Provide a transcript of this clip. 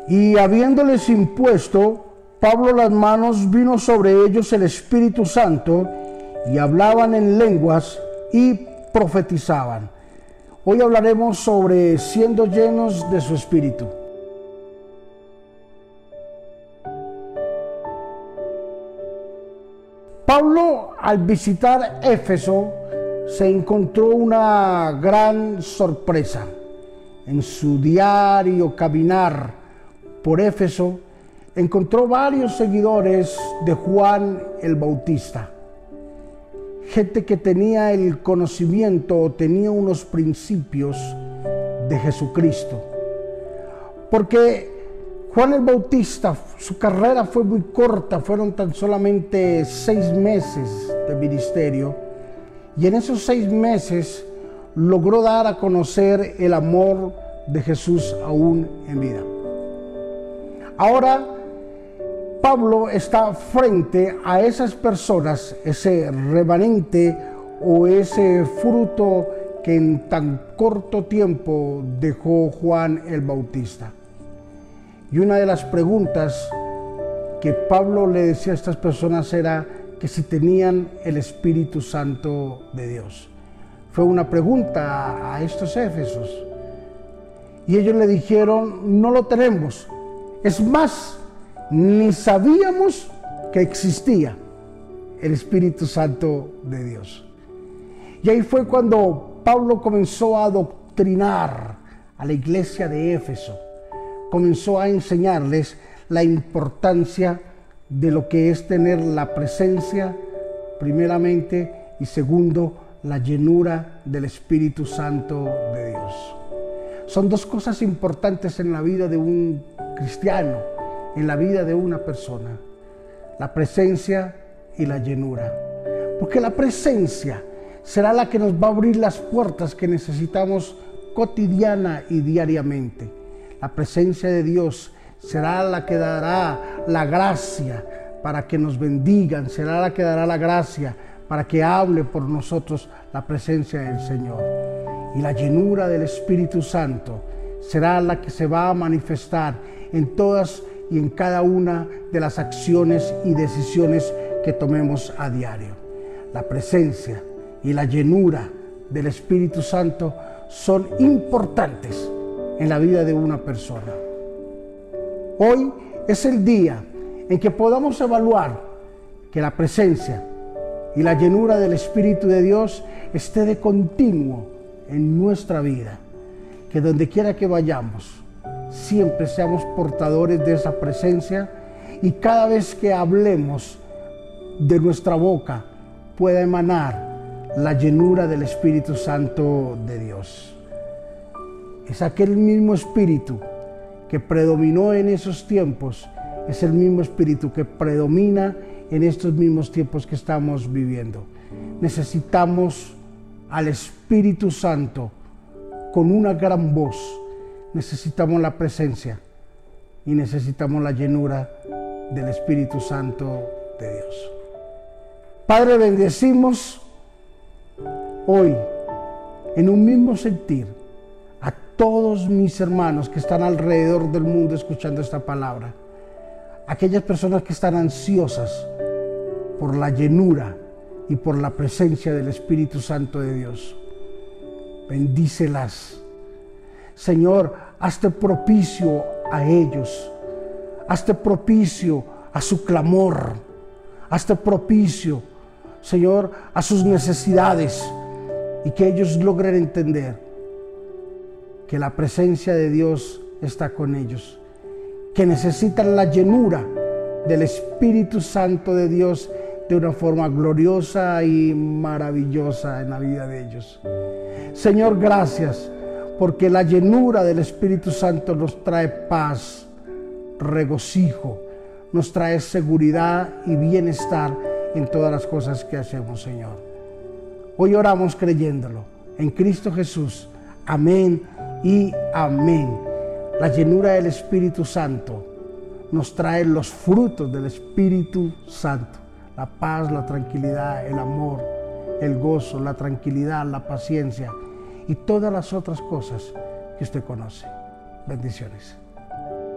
Y habiéndoles impuesto Pablo las manos, vino sobre ellos el Espíritu Santo, y hablaban en lenguas y profetizaban. Hoy hablaremos sobre siendo llenos de su Espíritu. Pablo, al visitar Éfeso, se encontró una gran sorpresa. En su diario caminar por Éfeso, encontró varios seguidores de Juan el Bautista. Gente que tenía el conocimiento, tenía unos principios de Jesucristo. Porque Juan el Bautista, su carrera fue muy corta, fueron tan solamente 6 meses de ministerio. Y en esos 6 meses logró dar a conocer el amor de Jesús aún en vida. Ahora, Pablo está frente a esas personas, ese remanente o ese fruto que en tan corto tiempo dejó Juan el Bautista. Y una de las preguntas que Pablo le decía a estas personas era que si tenían el Espíritu Santo de Dios. Fue una pregunta a estos éfesos. Y ellos le dijeron, no lo tenemos. Es más, ni sabíamos que existía el Espíritu Santo de Dios. Y ahí fue cuando Pablo comenzó a adoctrinar a la iglesia de Éfeso. Comenzó a enseñarles la importancia de lo que es tener la presencia, primeramente, y segundo, la llenura del Espíritu Santo de Dios. Son 2 cosas importantes en la vida de un cristiano, en la vida de una persona: la presencia y la llenura. Porque la presencia será la que nos va a abrir las puertas que necesitamos cotidiana y diariamente. La presencia de Dios será la que dará la gracia para que nos bendigan, será la que dará la gracia para que hable por nosotros la presencia del Señor. Y la llenura del Espíritu Santo será la que se va a manifestar en todas y en cada una de las acciones y decisiones que tomemos a diario. La presencia y la llenura del Espíritu Santo son importantes en la vida de una persona. Hoy es el día en que podamos evaluar que la presencia y la llenura del Espíritu de Dios esté de continuo en nuestra vida. Que donde quiera que vayamos, siempre seamos portadores de esa presencia, y cada vez que hablemos de nuestra boca pueda emanar la llenura del Espíritu Santo de Dios. Es aquel mismo Espíritu que predominó en esos tiempos, es el mismo Espíritu que predomina en estos mismos tiempos que estamos viviendo. Necesitamos al Espíritu Santo con una gran voz. Necesitamos la presencia y necesitamos la llenura del Espíritu Santo de Dios. Padre, bendecimos hoy en un mismo sentir a todos mis hermanos que están alrededor del mundo escuchando esta palabra. Aquellas personas que están ansiosas por la llenura y por la presencia del Espíritu Santo de Dios. Bendícelas. Señor, hazte propicio a ellos. Hazte propicio a su clamor. Hazte propicio, Señor, a sus necesidades, y que ellos logren entender que la presencia de Dios está con ellos, que necesitan la llenura del Espíritu Santo de Dios de una forma gloriosa y maravillosa en la vida de ellos. Señor, gracias, porque la llenura del Espíritu Santo nos trae paz, regocijo, nos trae seguridad y bienestar en todas las cosas que hacemos, Señor. Hoy oramos creyéndolo en Cristo Jesús. Amén y amén. La llenura del Espíritu Santo nos trae los frutos del Espíritu Santo: la paz, la tranquilidad, el amor, el gozo, la tranquilidad, la paciencia y todas las otras cosas que usted conoce. Bendiciones.